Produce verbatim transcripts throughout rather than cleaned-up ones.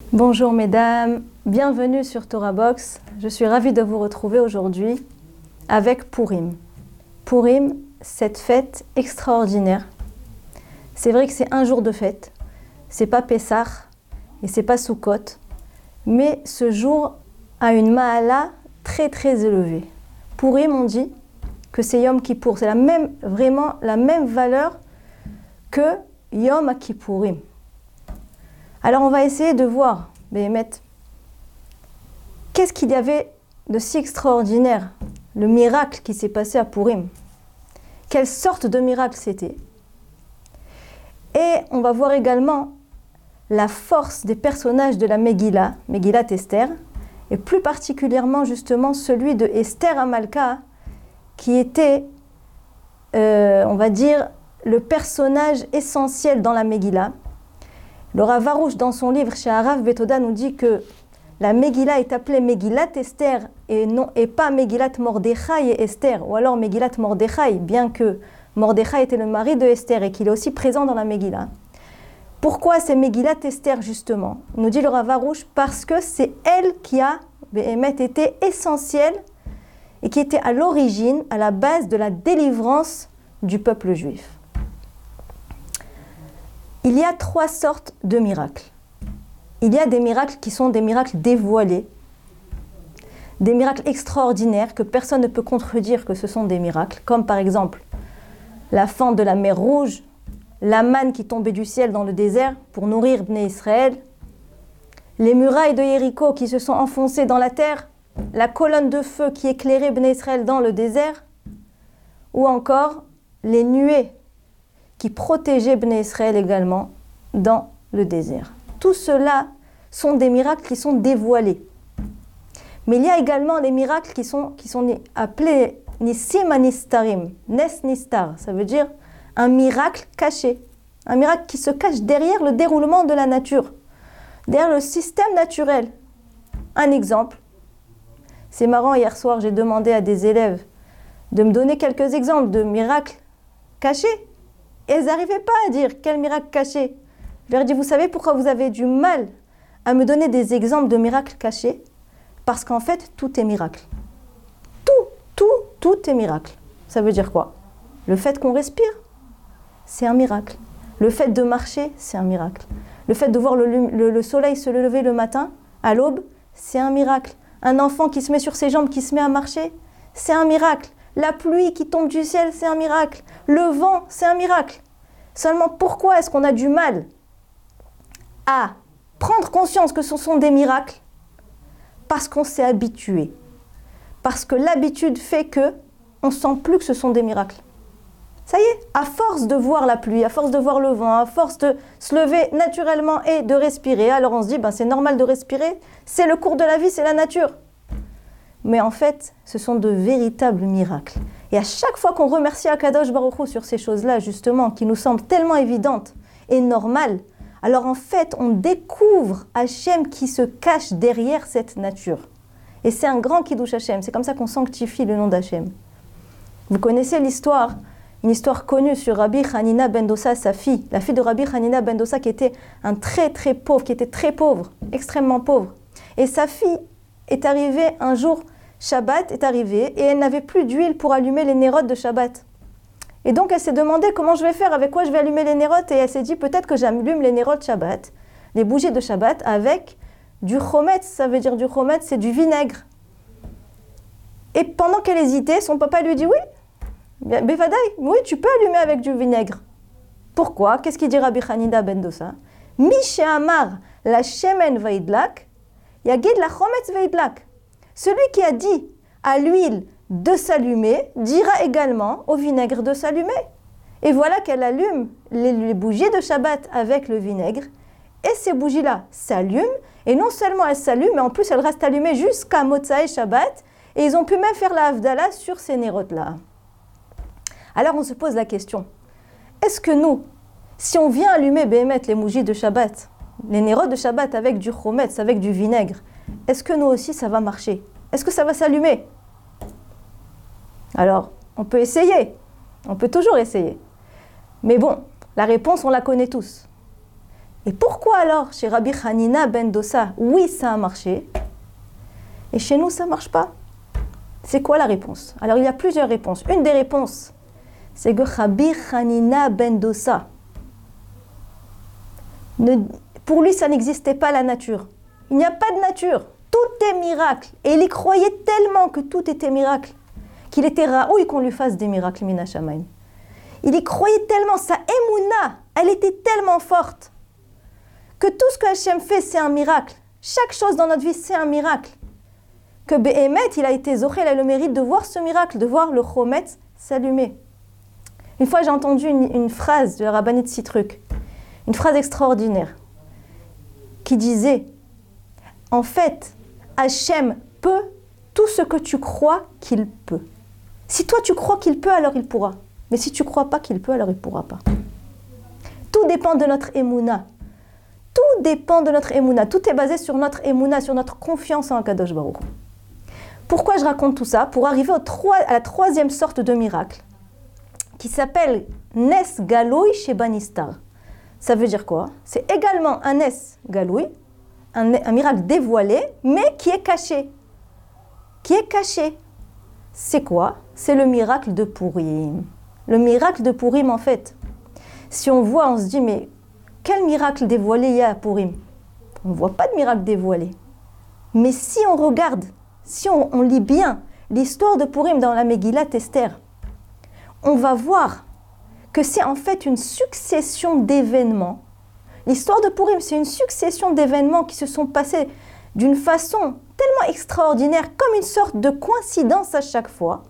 Bonjour mesdames, bienvenue sur Torah Box. Je suis ravie de vous retrouver aujourd'hui avec Purim. Purim, cette fête extraordinaire. C'est vrai que c'est un jour de fête, c'est pas Pessah et c'est pas Sukkot, mais ce jour a une ma'ala très très élevée. Purim, on dit que c'est Yom Kippour, c'est la même, vraiment la même valeur que Yom Kippourim. Alors on va essayer de voir, Béhémet, qu'est-ce qu'il y avait de si extraordinaire, le miracle qui s'est passé à Purim. Quelle sorte de miracle c'était. Et on va voir également la force des personnages de la Megillah, Megillat Esther, et plus particulièrement justement celui de Esther Hamalka, qui était, euh, on va dire, le personnage essentiel dans la Megillah. Le Rav Arush, dans son livre chez Harav Betoda, nous dit que la Megillah est appelée Megillat Esther et, non, et pas Megillat Mordechai et Esther, ou alors Megillat Mordechai, bien que Mordechai était le mari de Esther et qu'il est aussi présent dans la Megillah. Pourquoi c'est Megillat Esther justement? Nous dit le Rav Arush, parce que c'est elle qui a été essentielle et qui était à l'origine, à la base de la délivrance du peuple juif. Il y a trois sortes de miracles. Il y a des miracles qui sont des miracles dévoilés, des miracles extraordinaires que personne ne peut contredire que ce sont des miracles, comme par exemple la fente de la mer Rouge, la manne qui tombait du ciel dans le désert pour nourrir Bnei Israël, les murailles de Jéricho qui se sont enfoncées dans la terre, la colonne de feu qui éclairait Bnei Israël dans le désert, ou encore les nuées qui protégeaient Bnei Israël également dans le désert. Tout cela sont des miracles qui sont dévoilés. Mais il y a également des miracles qui sont, qui sont appelés Nissim Anistarim, Nes Nistar, ça veut dire un miracle caché, un miracle qui se cache derrière le déroulement de la nature, derrière le système naturel. Un exemple, c'est marrant, hier soir j'ai demandé à des élèves de me donner quelques exemples de miracles cachés. Et elles n'arrivaient pas à dire quel miracle caché. Je leur ai dit, vous savez pourquoi vous avez du mal à me donner des exemples de miracles cachés? Parce qu'en fait, tout est miracle. Tout, tout, tout est miracle. Ça veut dire quoi? Le fait qu'on respire, c'est un miracle. Le fait de marcher, c'est un miracle. Le fait de voir le, le, le soleil se lever le matin, à l'aube, c'est un miracle. Un enfant qui se met sur ses jambes, qui se met à marcher, c'est un miracle. La pluie qui tombe du ciel, c'est un miracle. Le vent, c'est un miracle. Seulement, pourquoi est-ce qu'on a du mal à prendre conscience que ce sont des miracles? Parce qu'on s'est habitué. Parce que l'habitude fait que on ne sent plus que ce sont des miracles. Ça y est, à force de voir la pluie, à force de voir le vent, à force de se lever naturellement et de respirer, alors on se dit, ben, c'est normal de respirer, c'est le cours de la vie, c'est la nature. Mais en fait, ce sont de véritables miracles. Et à chaque fois qu'on remercie Akadosh Baruch Hu sur ces choses-là, justement, qui nous semblent tellement évidentes et normales, alors en fait, on découvre Hachem qui se cache derrière cette nature. Et c'est un grand Kiddush Hachem, c'est comme ça qu'on sanctifie le nom d'Hachem. Vous connaissez l'histoire, une histoire connue sur Rabbi Hanina ben Dosa, sa fille, la fille de Rabbi Hanina ben Dosa qui était un très très pauvre, qui était très pauvre, extrêmement pauvre. Et sa fille est arrivée un jour, Shabbat est arrivé, et elle n'avait plus d'huile pour allumer les nérotes de Shabbat. Et donc elle s'est demandé comment je vais faire, avec quoi je vais allumer les nérotes, et elle s'est dit peut-être que j'allume les nérotes Shabbat, les bougies de Shabbat, avec du chometz, ça veut dire du chometz, c'est du vinaigre. Et pendant qu'elle hésitait, son papa lui dit oui, Bevadaï, oui, tu peux allumer avec du vinaigre. Pourquoi? Qu'est-ce qu'il dit Rabbi Hanina ben Dosa? Mi she'amar la shemen vaidlak, yagid la chometz vaidlak. Celui qui a dit à l'huile de s'allumer dira également au vinaigre de s'allumer. Et voilà qu'elle allume les, les bougies de Shabbat avec le vinaigre. Et ces bougies-là s'allument. Et non seulement elles s'allument, mais en plus elles restent allumées jusqu'à Motzaï Shabbat. Et ils ont pu même faire la Havdalah sur ces nérotes-là. Alors on se pose la question. Est-ce que nous, si on vient allumer Béhémet les bougies de Shabbat, les nérotes de Shabbat avec du chometz, avec du vinaigre, est-ce que nous aussi ça va marcher? Est-ce que ça va s'allumer? Alors, on peut essayer. On peut toujours essayer. Mais bon, la réponse, on la connaît tous. Et pourquoi alors chez Rabbi Hanina ben Dosa, oui, ça a marché, et chez nous, ça ne marche pas? C'est quoi la réponse? Alors, il y a plusieurs réponses. Une des réponses, c'est que Rabbi Hanina ben Dosa, ne, pour lui, ça n'existait pas la nature. Il n'y a pas de nature. Tout est miracle. Et il y croyait tellement que tout était miracle, qu'il était raoui qu'on lui fasse des miracles, mina shamayim. Il y croyait tellement, sa émouna, elle était tellement forte, que tout ce que Hachem fait, c'est un miracle. Chaque chose dans notre vie, c'est un miracle. Que Behemet, il a été zoché, il a le mérite de voir ce miracle, de voir le chometz s'allumer. Une fois, j'ai entendu une, une phrase de la rabbinite Sitruk, une phrase extraordinaire, qui disait, en fait, Hachem peut tout ce que tu crois qu'il peut. Si toi tu crois qu'il peut, alors il pourra. Mais si tu ne crois pas qu'il peut, alors il ne pourra pas. Tout dépend de notre émouna. Tout dépend de notre émouna. Tout est basé sur notre émouna, sur notre confiance en Akadosh Baruch Hu. Pourquoi je raconte tout ça? Pour arriver au trois, à la troisième sorte de miracle, qui s'appelle Nes Galoui chez Banistar. Ça veut dire quoi? C'est également un Nes Galoui, un, un miracle dévoilé, mais qui est caché. Qui est caché. C'est quoi? C'est le miracle de Purim. Le miracle de Purim, en fait. Si on voit, on se dit, mais quel miracle dévoilé il y a à Purim? On ne voit pas de miracle dévoilé. Mais si on regarde, si on, on lit bien l'histoire de Purim dans la Megillat Esther, on va voir que c'est en fait une succession d'événements. L'histoire de Purim, c'est une succession d'événements qui se sont passés d'une façon tellement extraordinaire, comme une sorte de coïncidence à chaque fois,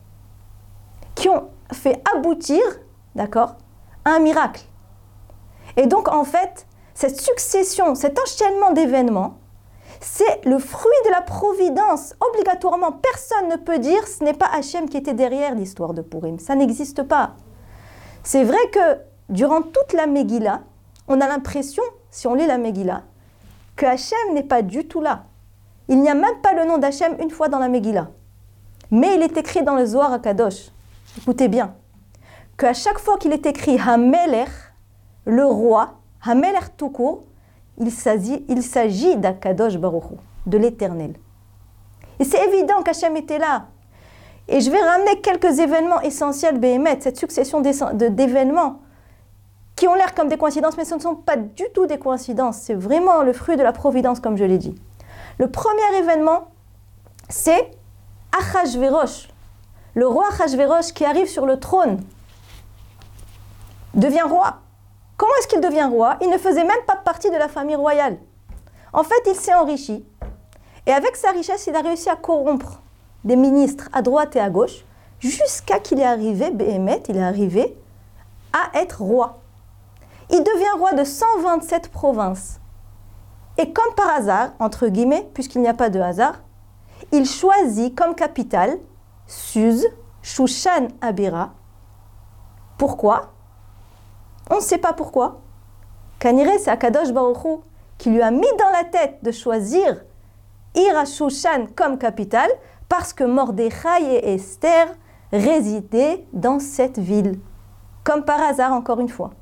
qui ont fait aboutir, d'accord, à un miracle. Et donc, en fait, cette succession, cet enchaînement d'événements, c'est le fruit de la providence. Obligatoirement, personne ne peut dire ce n'est pas Hachem qui était derrière l'histoire de Purim. Ça n'existe pas. C'est vrai que durant toute la Megillah, on a l'impression, si on lit la Megillah, que Hachem n'est pas du tout là. Il n'y a même pas le nom d'Hachem une fois dans la Megillah. Mais il est écrit dans le Zohar HaKadosh. Écoutez bien. Qu'à chaque fois qu'il est écrit Hamelech, le roi, Hamelech tout court, il s'agit, il s'agit d'Akadosh Baruch Hu, de l'Éternel. Et c'est évident qu'Hachem était là. Et je vais ramener quelques événements essentiels, Béhémet, cette succession d'événements qui ont l'air comme des coïncidences, mais ce ne sont pas du tout des coïncidences. C'est vraiment le fruit de la providence, comme je l'ai dit. Le premier événement, c'est Achashverosh. Le roi Achashverosh qui arrive sur le trône devient roi. Comment est-ce qu'il devient roi? Il ne faisait même pas partie de la famille royale. En fait, il s'est enrichi. Et avec sa richesse, il a réussi à corrompre des ministres à droite et à gauche, jusqu'à qu'il est arrivé, Béhémet, il est arrivé à être roi. Il devient roi de cent vingt-sept provinces. Et comme par hasard, entre guillemets, puisqu'il n'y a pas de hasard, il choisit comme capitale Suz, Shushan Abira. Pourquoi? On ne sait pas pourquoi. Kaniré, c'est Akadosh Baruch Hu qui lui a mis dans la tête de choisir Ir Shushan comme capitale parce que Mordechai et Esther résidaient dans cette ville. Comme par hasard, encore une fois.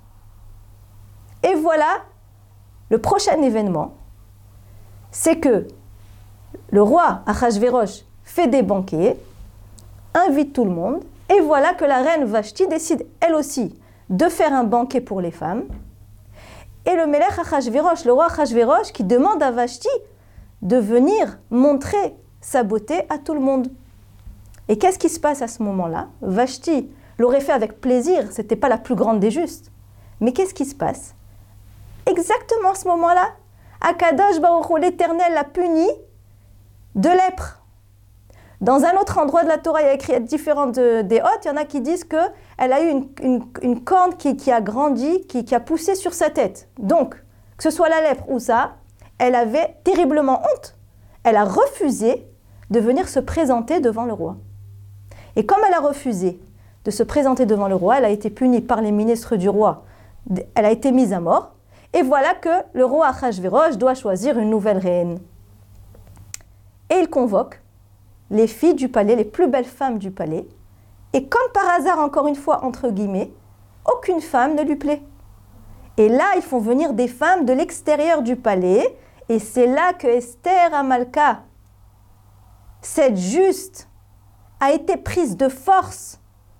Et voilà, le prochain événement, c'est que le roi Achashverosh fait des banquets, invite tout le monde, et voilà que la reine Vashti décide, elle aussi, de faire un banquet pour les femmes. Et le Melech Achashverosh, le roi Achashverosh, qui demande à Vashti de venir montrer sa beauté à tout le monde. Et qu'est-ce qui se passe à ce moment-là? Vashti l'aurait fait avec plaisir, ce n'était pas la plus grande des justes. Mais qu'est-ce qui se passe? Exactement à ce moment-là, Akadosh Baruch Hu, l'Éternel, l'a puni de lèpre. Dans un autre endroit de la Torah, il y a écrit différentes de, des hôtes, il y en a qui disent qu'elle a eu une, une, une corne qui, qui a grandi, qui, qui a poussé sur sa tête. Donc, que ce soit la lèpre ou ça, elle avait terriblement honte. Elle a refusé de venir se présenter devant le roi. Et comme elle a refusé de se présenter devant le roi, elle a été punie par les ministres du roi. Elle a été mise à mort. Et voilà que le roi Achashverosh doit choisir une nouvelle reine. Et il convoque les filles du palais, les plus belles femmes du palais. Et comme par hasard, encore une fois, entre guillemets, aucune femme ne lui plaît. Et là, ils font venir des femmes de l'extérieur du palais. Et c'est là que Esther Amalka, cette juste, a été prise de force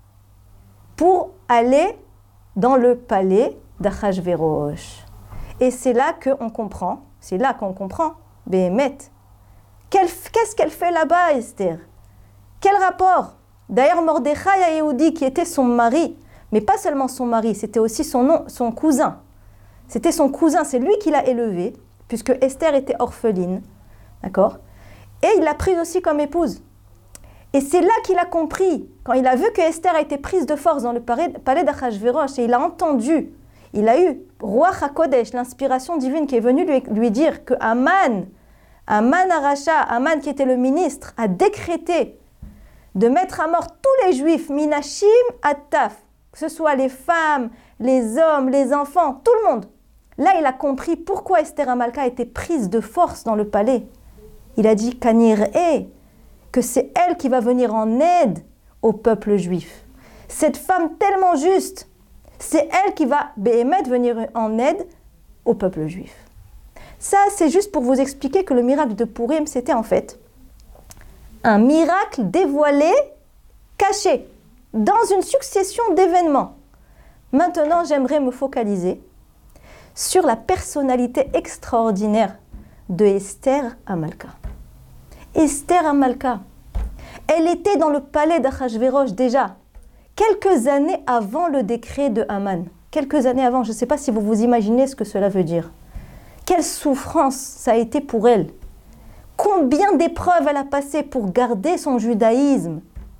pour aller dans le palais d'Achashverosh. Et c'est là qu'on comprend, c'est là qu'on comprend, Béhémet, qu'est-ce qu'elle fait là-bas, Esther? Quel rapport? D'ailleurs, Mordechai à Yehudi, qui était son mari, mais pas seulement son mari, c'était aussi son, nom, son cousin. C'était son cousin, c'est lui qui l'a élevé, puisque Esther était orpheline, d'accord? Et il l'a prise aussi comme épouse. Et c'est là qu'il a compris, quand il a vu que Esther a été prise de force dans le palais d'Achashverosh, et il a entendu, il a eu Ruach HaKodesh, l'inspiration divine qui est venue lui, lui dire que Aman, Aman Aracha, Aman qui était le ministre, a décrété de mettre à mort tous les juifs, Minashim Attaf, que ce soit les femmes, les hommes, les enfants, tout le monde. Là, il a compris pourquoi Esther Amalka a été prise de force dans le palais. Il a dit Kanir'e, que c'est elle qui va venir en aide au peuple juif. Cette femme tellement juste, c'est elle qui va, Béhémet, venir en aide au peuple juif. Ça, c'est juste pour vous expliquer que le miracle de Purim, c'était en fait un miracle dévoilé, caché, dans une succession d'événements. Maintenant, j'aimerais me focaliser sur la personnalité extraordinaire de Esther Amalka. Esther Amalka, elle était dans le palais d'Achashverosh déjà, quelques années avant le décret de Haman. Quelques années avant, je ne sais pas si vous vous imaginez ce que cela veut dire. Quelle souffrance ça a été pour elle. Combien d'épreuves elle a passé pour garder son judaïsme.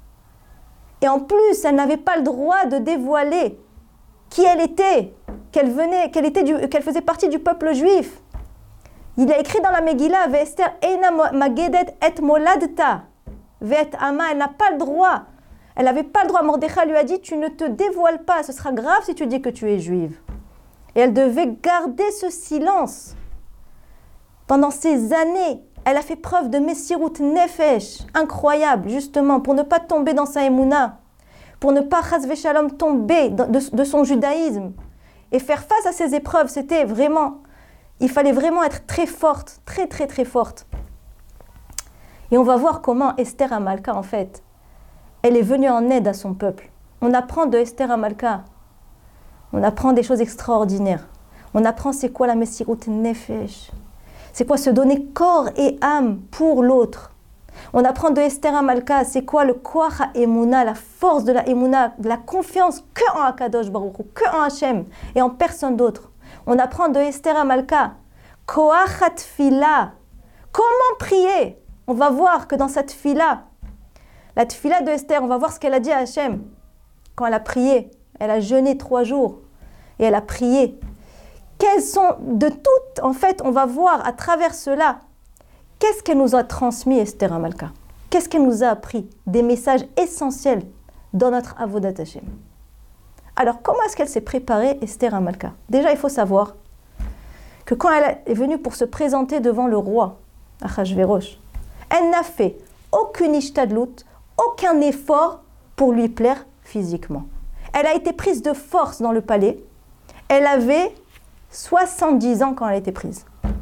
Et en plus, elle n'avait pas le droit de dévoiler qui elle était, qu'elle venait, qu'elle était du, qu'elle faisait partie du peuple juif. Il a écrit dans la Megillah, Esther eina magedet et moladta, vet ama, elle n'a pas le droit. Elle n'avait pas le droit. Mordechai lui a dit, tu ne te dévoiles pas, ce sera grave si tu dis que tu es juive. Et elle devait garder ce silence. Pendant ces années, elle a fait preuve de Messirut Nefesh, incroyable, justement, pour ne pas tomber dans sa émouna, pour ne pas, chas v'shalom, tomber de, de, de son judaïsme. Et faire face à ces épreuves, c'était vraiment, il fallait vraiment être très forte, très, très, très forte. Et on va voir comment Esther Amalka, en fait, elle est venue en aide à son peuple. On apprend de Esther Amalka, on apprend des choses extraordinaires. On apprend c'est quoi la Messirut Nefesh. C'est quoi se donner corps et âme pour l'autre. On apprend de Esther Amalka, c'est quoi le Koach HaEmuna, la force de la Emuna, de la confiance que en Akadosh Baruch Hu, que en Hachem et en personne d'autre. On apprend de Esther Amalka, Koach HaTfila, comment prier. On va voir que dans cette tfila, la tfila de Esther, on va voir ce qu'elle a dit à Hachem quand elle a prié. Elle a jeûné trois jours et elle a prié. Quelles sont de toutes, en fait, on va voir à travers cela, qu'est-ce qu'elle nous a transmis, Esther Amalka? Qu'est-ce qu'elle nous a appris? Des messages essentiels dans notre Avodat Hashem. Alors, comment est-ce qu'elle s'est préparée, Esther Amalka? Déjà, il faut savoir que quand elle est venue pour se présenter devant le roi, Achashverosh, elle n'a fait aucune ishtadlut, aucun effort pour lui plaire physiquement. Elle a été prise de force dans le palais. Elle avait soixante-dix ans quand elle a été prise.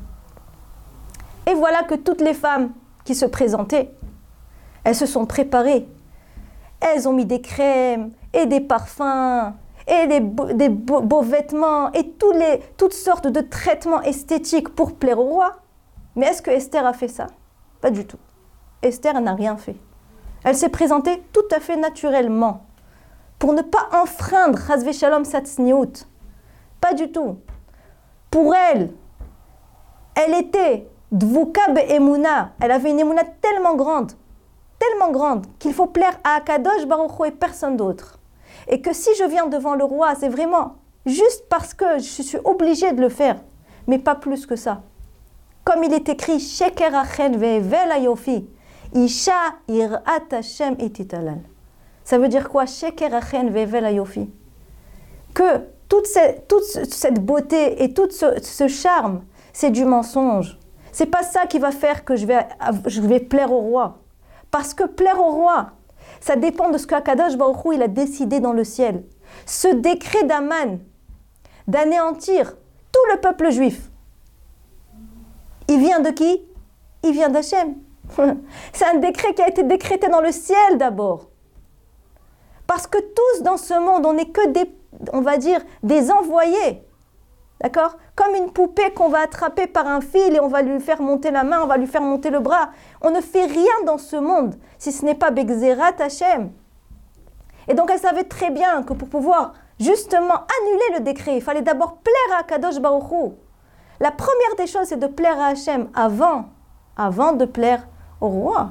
Et voilà que toutes les femmes qui se présentaient, elles se sont préparées. Elles ont mis des crèmes et des parfums et des, beaux, des beaux, beaux vêtements et tous les, toutes sortes de traitements esthétiques pour plaire au roi. Mais est-ce que Esther a fait ça? Pas du tout. Esther n'a rien fait. Elle s'est présentée tout à fait naturellement pour ne pas enfreindre chas v'shalom sa tzniut. Pas du tout. Pour elle, elle était dvuka be'emuna. Elle avait une émouna tellement grande, tellement grande, qu'il faut plaire à Akadosh Baruch Hu et personne d'autre. Et que si je viens devant le roi, c'est vraiment juste parce que je suis obligée de le faire, mais pas plus que ça. Comme il est écrit, Sheker achen ve'evel ayofi, Isha irat Hashem ititalal. Ça veut dire quoi? Sheker achen ve'evel ayofi. Que toute cette, toute cette beauté et tout ce, ce charme, c'est du mensonge. C'est pas ça qui va faire que je vais, je vais plaire au roi. Parce que plaire au roi, ça dépend de ce qu'Akadosh Baruch Hu il a décidé dans le ciel. Ce décret d'Aman d'anéantir tout le peuple juif. Il vient de qui? Il vient d'Hachem. C'est un décret qui a été décrété dans le ciel d'abord. Parce que tous dans ce monde, on n'est que des, on va dire, des envoyés. D'accord? Comme une poupée qu'on va attraper par un fil et on va lui faire monter la main, on va lui faire monter le bras. On ne fait rien dans ce monde si ce n'est pas Begzerat Hachem. Et donc elle savait très bien que pour pouvoir justement annuler le décret, il fallait d'abord plaire à Kadosh Baruch Hu. La première des choses, c'est de plaire à Hachem avant, avant de plaire au roi.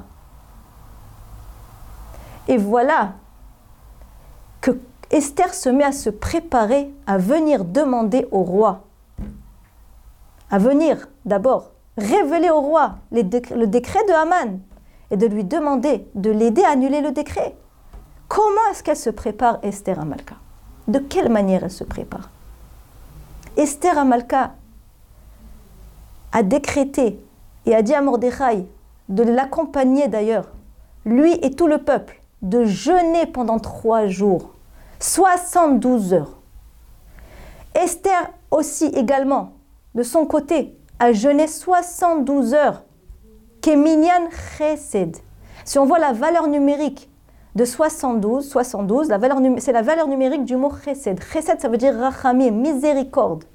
Et voilà que Esther se met à se préparer à venir demander au roi, à venir d'abord révéler au roi les décrets, le décret de Haman et de lui demander de l'aider à annuler le décret. Comment est-ce qu'elle se prépare, Esther Hamalka? De quelle manière elle se prépare? Esther Hamalka a décrété et a dit à Mordechai de l'accompagner d'ailleurs, lui et tout le peuple, de jeûner pendant trois jours, soixante-douze heures. Esther aussi également, de son côté, a jeûné soixante-douze heures. Keminyan Chesed. Si on voit la valeur numérique de soixante-douze, soixante-douze, la valeur, c'est la valeur numérique du mot Chesed. Chesed, ça veut dire Rachamim, miséricorde.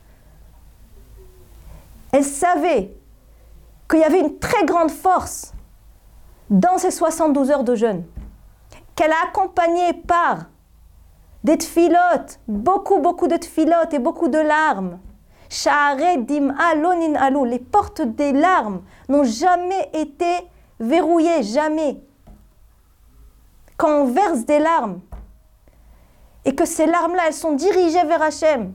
Elle savait qu'il y avait une très grande force dans ces soixante-douze heures de jeûne, qu'elle a accompagné par des tfilotes, beaucoup, beaucoup de tfilotes et beaucoup de larmes. Sha'are dim'a lonin alou, les portes des larmes n'ont jamais été verrouillées, jamais. Quand on verse des larmes, et que ces larmes-là, elles sont dirigées vers Hachem,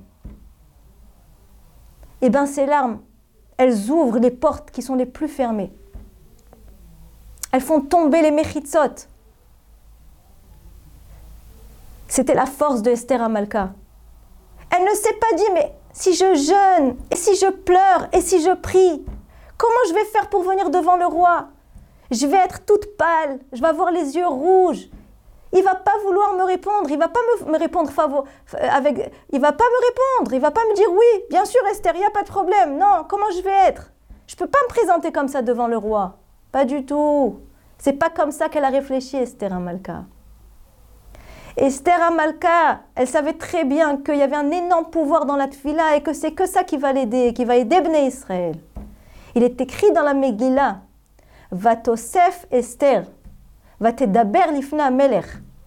et bien ces larmes, elles ouvrent les portes qui sont les plus fermées. Elles font tomber les mechitzot. C'était la force de Esther Hamalka. Elle ne s'est pas dit, mais si je jeûne, et si je pleure, et si je prie, comment je vais faire pour venir devant le roi? Je vais être toute pâle, je vais avoir les yeux rouges. Il ne va pas vouloir me répondre, il ne va pas me, me répondre favo, avec, il va pas me répondre, il ne va pas me dire oui, bien sûr Esther, il n'y a pas de problème. Non, comment je vais être? Je ne peux pas me présenter comme ça devant le roi. Pas du tout. C'est pas comme ça qu'elle a réfléchi, Esther Hamalka. Esther Hamalka, elle savait très bien qu'il y avait un énorme pouvoir dans la tfila et que c'est que ça qui va l'aider, qui va aider Bnei Israël. Il est écrit dans la Megillah, Vatosef Esther, Vatedaber lifna melech,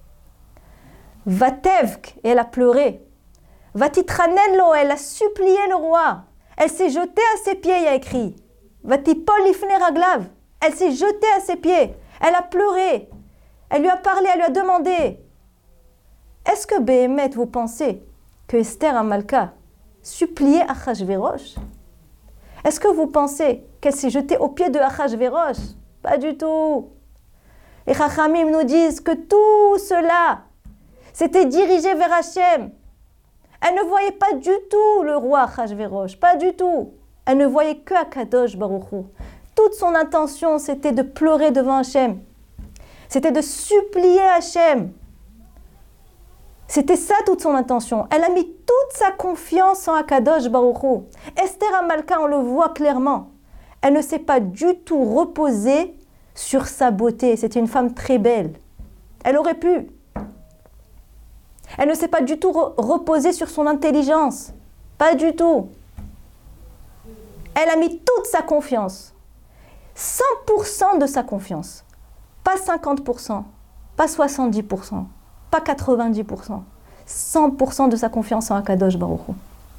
Vatevk, et elle a pleuré, Vatitranen lo, elle a supplié le roi, elle s'est jetée à ses pieds, il y a écrit, Vatipol lifne raglav, elle s'est jetée à ses pieds, elle a pleuré, elle lui a parlé, elle lui a demandé. Est-ce que Béhémet, vous pensez que Esther Hamalka suppliait Achashverosh? Est-ce que vous pensez qu'elle s'est jetée aux pieds de Achashverosh? Pas du tout. Les Chachamim nous disent que tout cela s'était dirigé vers Hachem. Elle ne voyait pas du tout le roi Achashverosh, pas du tout. Elle ne voyait que Akadosh Baruch Hu. Toute son intention, c'était de pleurer devant Hachem. C'était de supplier Hachem. C'était ça toute son intention. Elle a mis toute sa confiance en Akadosh Baruch Hu. Esther Hamalka, on le voit clairement. Elle ne s'est pas du tout reposée sur sa beauté. C'était une femme très belle. Elle aurait pu. Elle ne s'est pas du tout re- reposée sur son intelligence. Pas du tout. Elle a mis toute sa confiance. cent pour cent de sa confiance. Pas cinquante pour cent. Pas soixante-dix pour cent. Pas quatre-vingt-dix pour cent. cent pour cent de sa confiance en Akadosh Baruch Hu.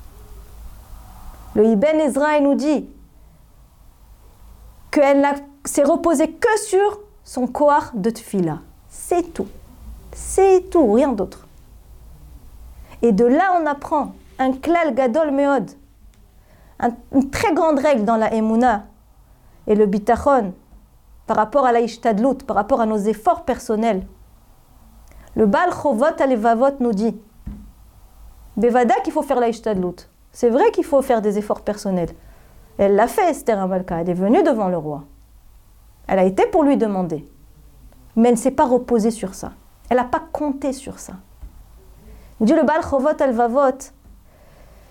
Le Ibn Ezra nous dit qu'elle ne s'est reposée que sur son koar de tfila. C'est tout. C'est tout, rien d'autre. Et de là, on apprend un klal gadol meod, un, une très grande règle dans la emuna et le bitachon par rapport à la ishtadlut, par rapport à nos efforts personnels. Le Baal Chovot Alevavot nous dit Bevada qu'il faut faire la ishtadlut. C'est vrai qu'il faut faire des efforts personnels. Elle l'a fait, Esther Hamalka. Elle est venue devant le roi. Elle a été pour lui demander. Mais elle ne s'est pas reposée sur ça. Elle n'a pas compté sur ça. Il dit le Baal Chovot Alevavot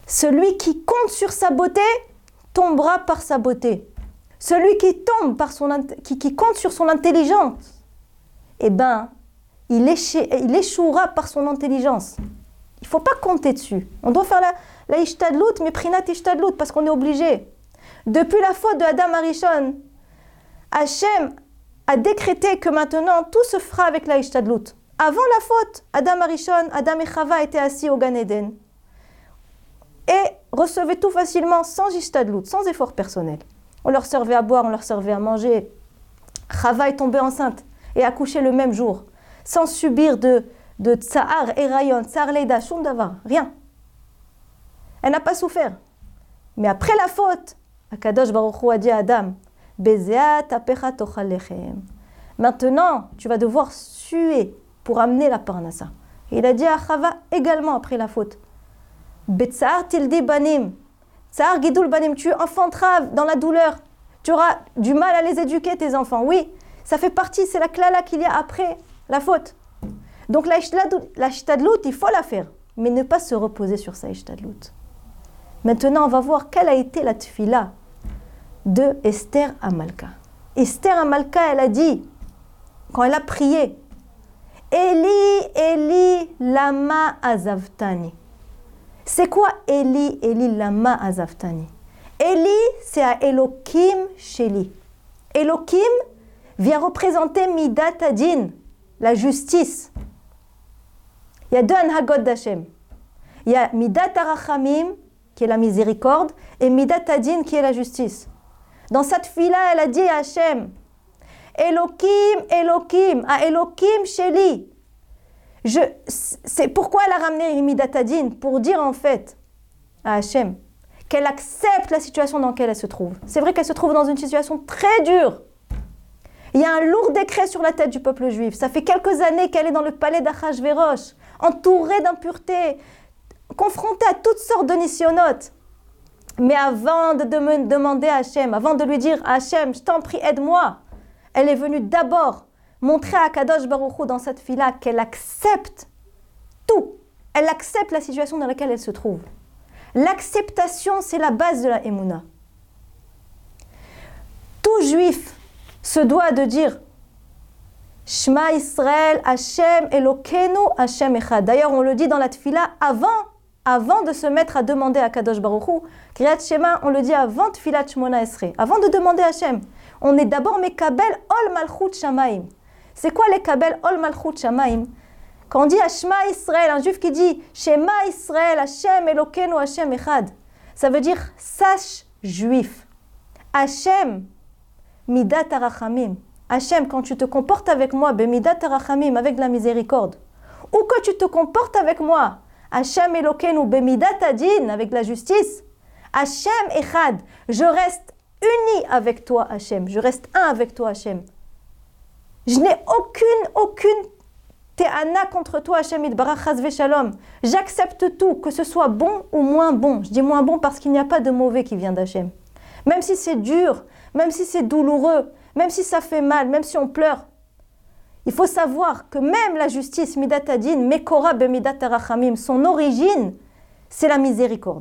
Celui qui compte sur sa beauté tombera par sa beauté. Celui qui tombe par son qui, qui compte sur son intelligence, eh ben, il, éche, il échouera par son intelligence. Il ne faut pas compter dessus. On doit faire la, la ishtadlout, mais prinat ishtadlout, parce qu'on est obligé. Depuis la faute de Adam Arishon, Hachem a décrété que maintenant tout se fera avec la ishtadlout. Avant la faute, Adam Arishon, Adam et Chava étaient assis au Gan Eden et recevaient tout facilement, sans ishtadlout, sans effort personnel. On leur servait à boire, on leur servait à manger. Chava est tombée enceinte et a accouché le même jour, sans subir de, de tsahar, erayon, tsahar leida, shum davar, rien. Elle n'a pas souffert. Mais après la faute, Akadosh Baruch Hu a dit à Adam, Bezeat apecha tochal lechem. Maintenant, tu vas devoir suer pour amener la parnassa. Et il a dit à Chava également après la faute, Betsahar tildi banim. Tsahar Gidul Banim, tu enfanteras dans la douleur. Tu auras du mal à les éduquer, tes enfants. Oui, ça fait partie, c'est la klala qu'il y a après la faute. Donc la ishtadlout, il faut la faire, mais ne pas se reposer sur sa ishtadlout. Maintenant, on va voir quelle a été la tfila de Esther Amalka. Esther Amalka, elle a dit, quand elle a prié, Eli, Eli, lama azavtani. C'est quoi Eli, Eli, lama azavtani? Eli, c'est à Elokim Sheli. Elokim vient représenter Midat Adin, la justice. Il y a deux Anhagot d'Hachem. Il y a Midat Arachamim, qui est la miséricorde, et Midat Adin, qui est la justice. Dans cette fille-là, elle a dit à Hachem, Elokim, Elokim, à Elokim Sheli. Je, c'est pourquoi elle a ramené Midat Adin, pour dire en fait à Hachem qu'elle accepte la situation dans laquelle elle se trouve. C'est vrai qu'elle se trouve dans une situation très dure. Il y a un lourd décret sur la tête du peuple juif. Ça fait quelques années qu'elle est dans le palais d'Achashverosh, entourée d'impuretés, confrontée à toutes sortes de nisyonotes. Mais avant de dem- demander à Hachem, avant de lui dire « Hachem, je t'en prie, aide-moi », elle est venue d'abord montrer à Kadosh Baruch Hu dans cette fille-là qu'elle accepte tout. Elle accepte la situation dans laquelle elle se trouve. L'acceptation, c'est la base de la Emouna. Tout juif se doit de dire Shema Israël, Hachem Elokeinu, Hachem Echad. D'ailleurs, on le dit dans la Tfila avant, avant de se mettre à demander à Kadosh Baruch Hu. Kriyat Shema, on le dit avant Tfilat Shmona Esrei. Avant de demander à Hachem, on est d'abord Mekabel Ol Malchut Shamaim. C'est quoi les Kabel Ol Malchut Shamaim? Quand on dit Shema Israël, un juif qui dit Shema Israël, Hachem Elokeinu, Hachem Echad, ça veut dire sache juif. Hachem Midat Arachamim. Hachem, quand tu te comportes avec moi, Bemidat Arachamim, avec de la miséricorde, ou que tu te comportes avec moi, Hachem Elokeinu, Bemidat Adin, avec de la justice, Hachem Echad, je reste uni avec toi, Hachem. Je reste un avec toi, Hachem. Je n'ai aucune, aucune Te'ana contre toi, Hachem Yitbarach Chas V'Shalom. J'accepte tout, que ce soit bon ou moins bon. Je dis moins bon parce qu'il n'y a pas de mauvais qui vient d'Hachem. Même si c'est dur, même si c'est douloureux, même si ça fait mal, même si on pleure. Il faut savoir que même la justice, Midat Adin, Mekora Bemidat Arachamim, son origine, c'est la miséricorde.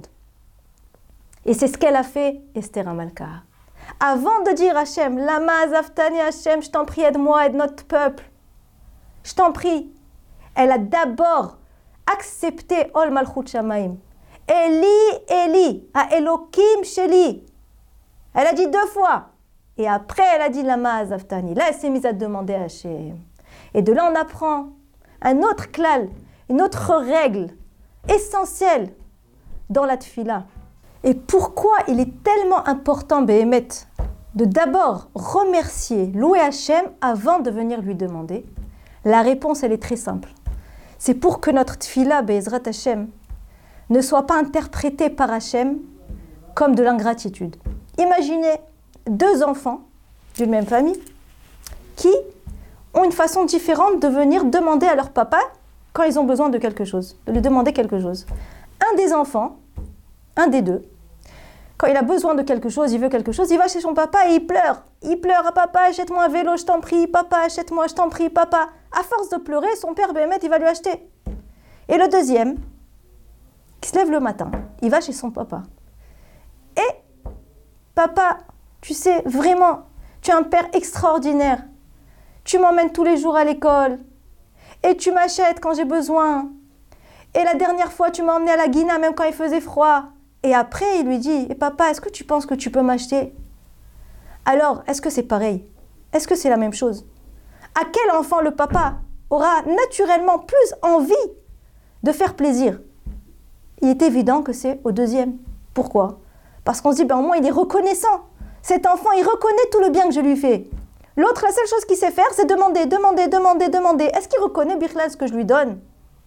Et c'est ce qu'elle a fait, Esther Amalka. Avant de dire Hachem, Lama Azaftani Hachem, je t'en prie, aide-moi, aide notre peuple. Je t'en prie. Elle a d'abord accepté Ol Malchut Shamaim. Eli, Eli, à Elokim Sheli. Elle a dit deux fois. Et après, elle a dit Lama Azaftani. Là, elle s'est mise à demander à Hachem. Et de là, on apprend un autre klal, une autre règle essentielle dans la tfila. Et pourquoi il est tellement important, Béhémet, de d'abord remercier, louer Hachem avant de venir lui demander? La réponse, elle est très simple. C'est pour que notre tfila, Be'ezrat Hachem, ne soit pas interprétée par Hachem comme de l'ingratitude. Imaginez deux enfants d'une même famille qui ont une façon différente de venir demander à leur papa quand ils ont besoin de quelque chose, de lui demander quelque chose. Un des enfants, un des deux, quand il a besoin de quelque chose, il veut quelque chose, il va chez son papa et il pleure. Il pleure à papa, achète-moi un vélo, je t'en prie, papa, achète-moi, je t'en prie, papa. À force de pleurer, son père Béhémet, il va lui acheter. Et le deuxième, qui se lève le matin, il va chez son papa. Et papa, tu sais, vraiment, tu es un père extraordinaire. Tu m'emmènes tous les jours à l'école. Et tu m'achètes quand j'ai besoin. Et la dernière fois, tu m'as emmené à la Guina, même quand il faisait froid. Et après, il lui dit, et papa, est-ce que tu penses que tu peux m'acheter? Alors, est-ce que c'est pareil? Est-ce que c'est la même chose? À quel enfant le papa aura naturellement plus envie de faire plaisir? Il est évident que c'est au deuxième. Pourquoi? Parce qu'on se dit, ben, au moins, il est reconnaissant. Cet enfant, il reconnaît tout le bien que je lui fais. L'autre, la seule chose qu'il sait faire, c'est demander, demander, demander, demander. Est-ce qu'il reconnaît, Birlal, ce que je lui donne?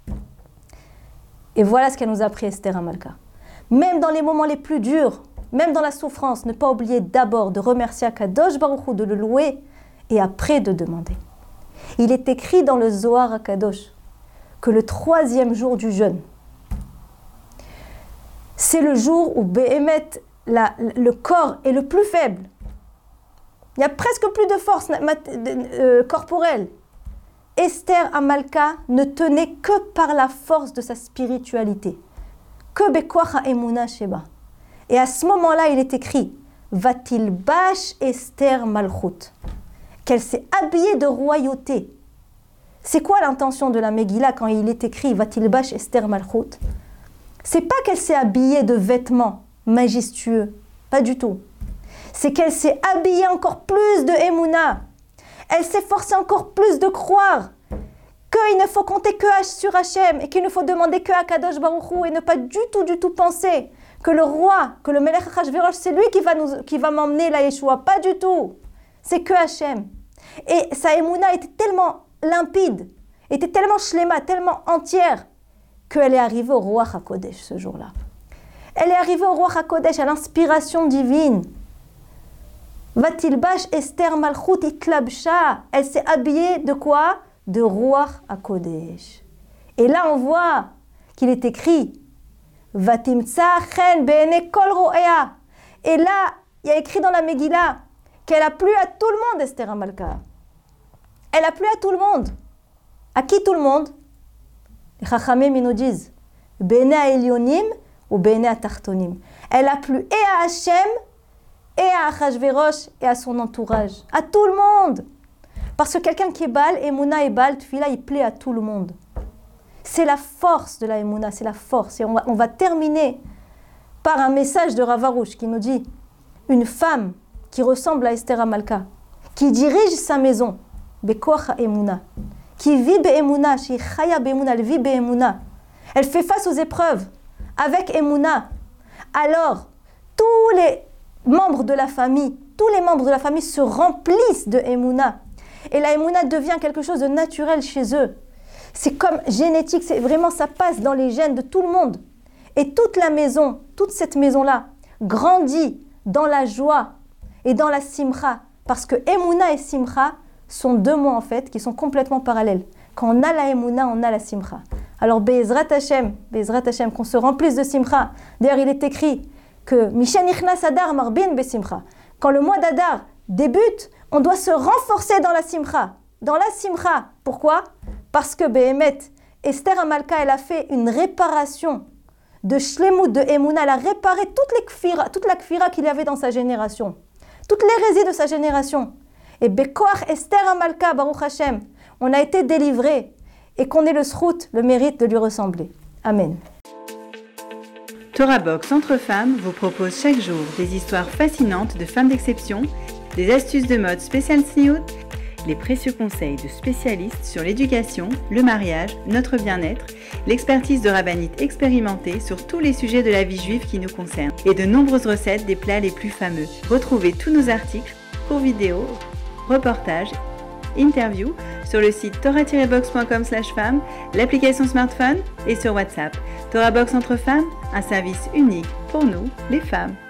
Et voilà ce qu'elle nous a appris Esther Hamalka. Même dans les moments les plus durs, même dans la souffrance, ne pas oublier d'abord de remercier Akadosh Baruch Hu, de le louer, et après de demander. Il est écrit dans le Zohar Akadosh que le troisième jour du jeûne, c'est le jour où Béhémet, la, le corps est le plus faible. Il n'y a presque plus de force euh, corporelle. Esther Hamalka ne tenait que par la force de sa spiritualité. Que Bekoach ha'emuna sheba. Et à ce moment-là, il est écrit Va-t-il bâche Esther Malchut, qu'elle s'est habillée de royauté. C'est quoi l'intention de la Megillah quand il est écrit Va-t-il bâche Esther Malchut? C'est pas qu'elle s'est habillée de vêtements majestueux, pas du tout. C'est qu'elle s'est habillée encore plus de Emouna. Elle s'est forcée encore plus de croire qu'il ne faut compter que sur Hachem et qu'il ne faut demander que à Kadosh Baruch Hu et ne pas du tout, du tout penser que le roi, que le Melech Achashverosh, c'est lui qui va, nous, qui va m'emmener la Yeshua. Pas du tout. C'est que Hachem. Et sa Emouna était tellement limpide, était tellement shlema, tellement entière, qu'elle est arrivée au roi HaKodesh ce jour-là. Elle est arrivée au roi HaKodesh, à l'inspiration divine. Va-t-il bâche Esther Malchut itlabsha. Elle s'est habillée de quoi? De roi HaKodesh. Et là, on voit qu'il est écrit Vatimtsa chen be'ene kol ro'ea. Et là, il y a écrit dans la Megillah qu'elle a plu à tout le monde, Esther Hamalka. Elle a plu à tout le monde. À qui tout le monde? Les Chachamim nous disent Be'ene ha'elyonim ou Be'ene ha'tartonim. Elle a plu et à Hachem et à Achashverosh et à son entourage. À tout le monde. Parce que quelqu'un qui est Baal, Emouna et Baal, Tfila, il plaît à tout le monde. C'est la force de la Emouna, c'est la force. Et on va, on va terminer par un message de Rav Arush qui nous dit une femme qui ressemble à Esther Hamalka, qui dirige sa maison, Bekoach ha'emuna, qui vit be'emuna, qui chaya be'emuna, elle vit be'emuna. Elle fait face aux épreuves avec Emouna. Alors, tous les membres de la famille, tous les membres de la famille se remplissent de Emouna. Et la Emouna devient quelque chose de naturel chez eux. C'est comme génétique, c'est vraiment, ça passe dans les gènes de tout le monde. Et toute la maison, toute cette maison-là, grandit dans la joie et dans la simcha. Parce que Emouna et simcha sont deux mots en fait qui sont complètement parallèles. Quand on a la Emouna, on a la simcha. Alors Be'ezrat Hashem, Be'ezrat Hashem, qu'on se remplisse de simcha. D'ailleurs, il est écrit que Mishen Ichnas Adar Marbin Besimcha. Quand le mois d'Adar débute, on doit se renforcer dans la simcha. Dans la simcha. Pourquoi? Parce que Béhémet, Esther Hamalka, elle a fait une réparation de shlemut, de Emouna. Elle a réparé toute, les kfira, toute la kfira qu'il y avait dans sa génération. Toute l'hérésie de sa génération. Et Bekoach Esther Hamalka, Baruch Hashem, on a été délivrés. Et qu'on ait le srout, le mérite de lui ressembler. Amen. Torah Box Entre Femmes vous propose chaque jour des histoires fascinantes de femmes d'exception, des astuces de mode spéciales sniout, les précieux conseils de spécialistes sur l'éducation, le mariage, notre bien-être, l'expertise de rabbinites expérimentées sur tous les sujets de la vie juive qui nous concernent et de nombreuses recettes des plats les plus fameux. Retrouvez tous nos articles, cours vidéo, reportages, interviews sur le site torah tiret box point com slash femmes, l'application smartphone et sur WhatsApp. Torah Box Entre Femmes, un service unique pour nous, les femmes.